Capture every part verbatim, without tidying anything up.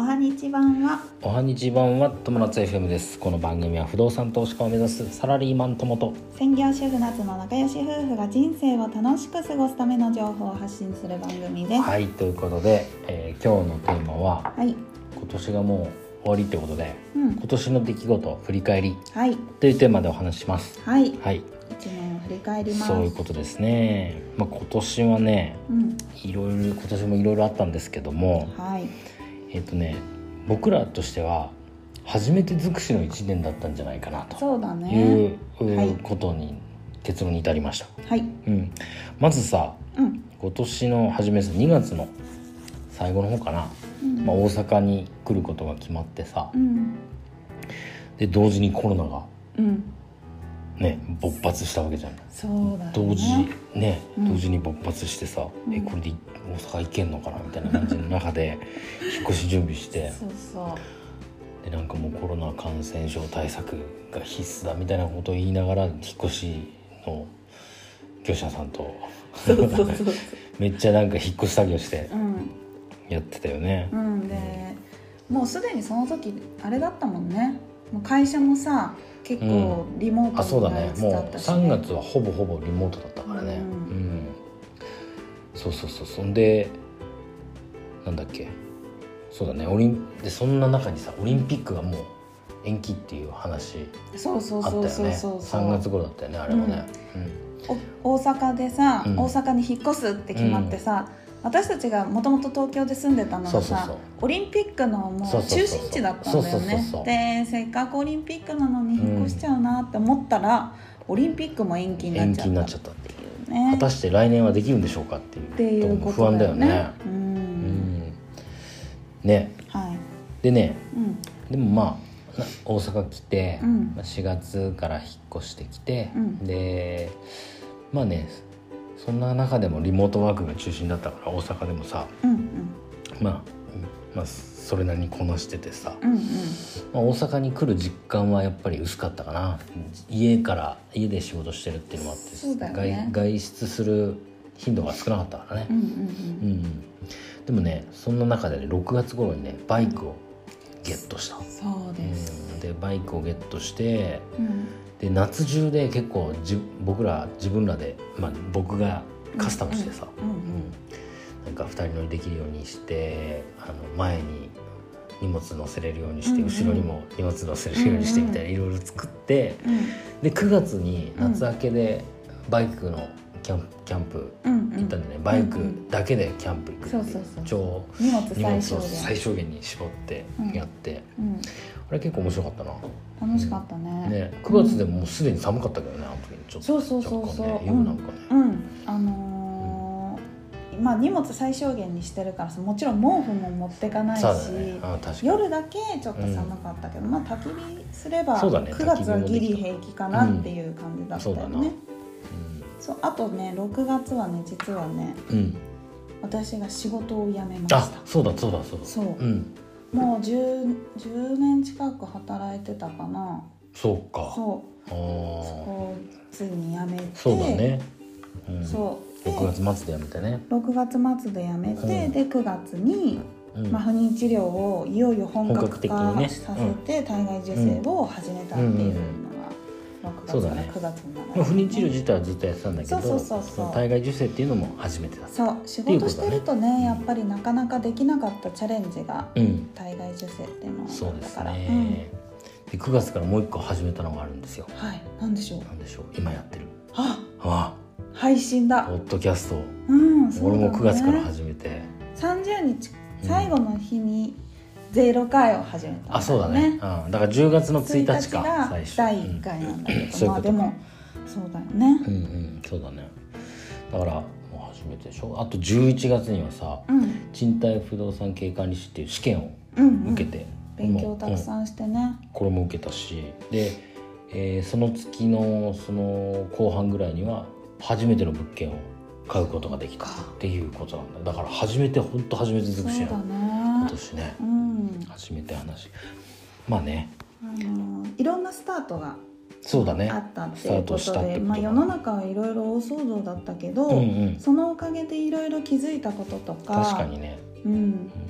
はにち版はおはにち版は友達 エフエム です。この番組は不動産投資家を目指すサラリーマン友と専業主婦夏の仲良し夫婦が人生を楽しく過ごすための情報を発信する番組です。 はい、ということで、えー、今日のテーマは、 はい、 今年がもう終わりってことで、 うん、 今年の出来事振り返りはいというテーマでお話しします。 はい、 はい、 いちねんを振り返ります。 そういうことですね。まあ、今年はね、 うん、 いろいろ今年もいろいろあったんですけども、 はい、 えっ、とね僕らとしては初めて尽くしのいちねんだったんじゃないかなとそうだねいうはいことに結論に至りました。 はい、 うん、まずさ、 うん、 今年の初めさにがつの最後の方かな、 うんまあ、大阪に来ることが決まってさ、 うん、 で同時にコロナがうんね勃発したわけじゃん。 そうだね同時ね、 うん、 同時に勃発してさ、 うん、 えこれで大阪行けんのかなみたいな感じの中で引っ越し準備してそうそうでなんかもうコロナ感染症対策が必須だみたいなことを言いながら引っ越しの業者さんとそうそうそうそうめっちゃなんか引っ越し作業してうんやってたよね。 うん、でもうすでにその時あれだったもんね。もう会社もさ結構リモあ、そうだートになりね。もうつつあったし、 さんがつはほぼほぼリモートだったからね。 うんうん、そうそうそう。そんでなんだっけ、そうだね。オリンでそんな中にさオリンピックがもう延期っていう話そうそうあったよね。 そうそうそうさんがつ頃だったよね、あれもね。 うん、大阪でさ、 うん、 大阪に引っ越すって決まってさ、うん、私たちがもともと東京で住んでたのがさ、 そうそうそう、 オリンピックのもう中心地だったんだよね。でせっかくオリンピックなのに引っ越しちゃうなって思ったら、うん、オリンピックも延期になっちゃったっていうね。 果たして来年はできるんでしょうかっていうっていうこと不安だよね。 うん、うん、 ね、 はい、 でね、 うん、 でもまあ大阪来て、 うん、 しがつから引っ越してきて、 うん、 でまあねそんな中でもリモートワークが中心だったから大阪でもさ、 うんうん、 まあ、まあそれなりにこなしててさ、 うんうん、 まあ、大阪に来る実感はやっぱり薄かったかな。家から家で仕事してるっていうのもあって、 そうだよね、 外, 外出する頻度が少なかったからね、 うんうんうんうん、でもねそんな中で、ね、ろくがつ頃にねバイクをゲットした。 そうです、 うん、でバイクをゲットして、 うん、 で夏中で結構じ僕ら自分らで、まあ、僕がカスタムしてさ、 うんうんうん、 なんかふたり乗りできるようにして、あの前に荷物乗せれるようにして、うんうん、後ろにも荷物乗せれるようにしてみたいな、いろいろ作って、うん、でくがつに夏明けでバイクのキャンプ、キャンプ行ったんでね、うんうん、バイクだけでキャンプ行くっていう、超荷物を最小限に絞ってやって、うんうん、あれ結構面白かったな。 楽しかったね。 うん、ねくがつでももうすでに寒かったけどね、あの時にちょっとそうそうそうそう、 ね、夜なんかね、 うん、うん、あのーうん、まあ荷物最小限にしてるからさ、もちろん毛布も持ってかないし、 ね、あ確かに夜だけちょっと寒かったけど、うん、まあ焚き火すればそうだね、 くがつはギリ平気かなっていう感じだったよね。うん、そうだな。そう、あとねろくがつはね実はね、うん、私が仕事を辞めました。 あ、そうだそうだそうだ。 そう、うん、もう 10, じゅうねん近く働いてたかな。 そうか。 そう。あそこついに辞めて。 そうだね。うん、 そうろくがつ末で辞めてね。 ろくがつ末で辞めて、うん、でくがつに、うんまあ、不妊治療をいよいよ本格化させて、ね、体外受精を始めたっていうのがろくがつからくがつになる、ね。 まあ、不妊治療自体はずっとやってたんだけど、 そうそうそうそう、 体外受精っていうのも初めてだった。 そう、仕事してるとね、やっぱりなかなかできなかったチャレンジが、うん、体外受精っていうのだから。 そうですね、うん、でくがつからもう一個始めたのがあるんですよ。 はい、なんでしょう。 なんでしょう、今やってる。 あ、 あ、 配信だ。 ポッドキャスト、 うん、そうだね、 俺もくがつから始めてさんじゅうにち最後の日にゼロかいを始めたんだよね。 あ、そうだね、うん、だからじゅうがつのついたちか最初だいいっかいなんだけど、うん、まあでもそうだよね、 うんうん、そうだね。だからもう初めてでしょ。あとじゅういちがつにはさ、うん、賃貸不動産経営管理士っていう試験を受けて、 うんうん、勉強たくさんしてね、 うん、これも受けたし、で、えー、その月のその後半ぐらいには初めての物件を買うことができたっていうことなんだ。だから初めて、本当初めて尽くしや、 そうだね、 今年ね、うん、初めて話、まあね、 あのいろんなスタートがそうだね、 あったっていうことで、まあ、世の中はいろいろ大騒動だったけど、 うんうん、 そのおかげでいろいろ気づいたこととか、 確かにね、 うん、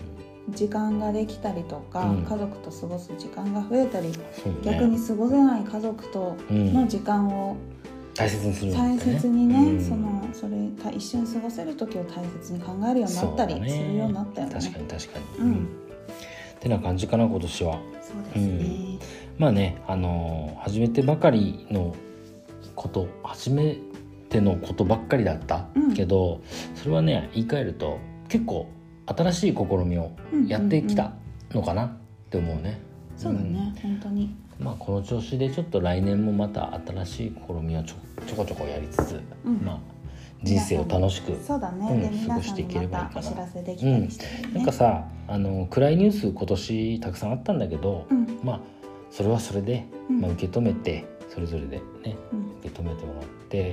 時間ができたりとか、うん、家族と過ごす時間が増えたり、ね、逆に過ごせない家族との時間を、うん大切にする、ね、 大切にね、うん、そのそれ一緒に過ごせる時を大切に考えるようになったりするようになったよね。 確かに確かに、うん、ってな感じかな今年は。 そうですね、うん、 まあね、あのー、初めてばかりのこと初めてのことばっかりだったけど、うん、それはね言い換えると結構新しい試みをやってきたのかなって思うね、うんうんうん、 そうだね、うん、本当にまあ、この調子でちょっと来年もまた新しい試みをちょちょこちょこやりつつ、うん、まあ、人生を楽しく、 そうだね、うん、過ごしていければいいかな。お知らせできたりしてるね、 うん、なんかさあの暗いニュース今年たくさんあったんだけど、うん、まあそれはそれで、まあ、受け止めてそれぞれでね、うん、受け止めてもらって、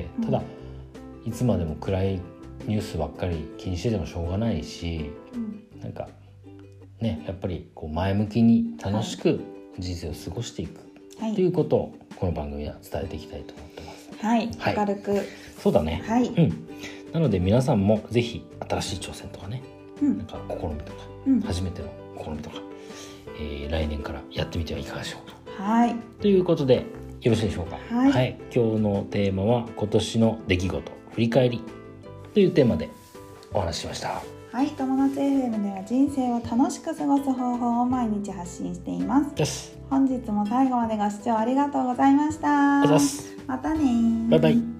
ただいつまでも暗いニュースばっかり気にしててもしょうがないし、うん、なんかねやっぱりこう前向きに楽しく、はい人生を過ごしていくと、はい、いうことをこの番組は伝えていきたいと思ってます。 はい、はい、明るく。 そうだね。 はい。 うん。なので皆さんもぜひ新しい挑戦とかね、うん、なんか試みとか、うん、初めての試みとか、えー、来年からやってみてはいかがでしょうか。 はい。 ということでよろしいでしょうか。 はい。 はい、今日のテーマは今年の出来事振り返りというテーマでお話ししました。 はい、友達 エフエム では人生を楽しく過ごす方法を毎日発信しています。 です。 本日も最後までご視聴ありがとうございました。 ありがとうございます。 またね。 バイバイ。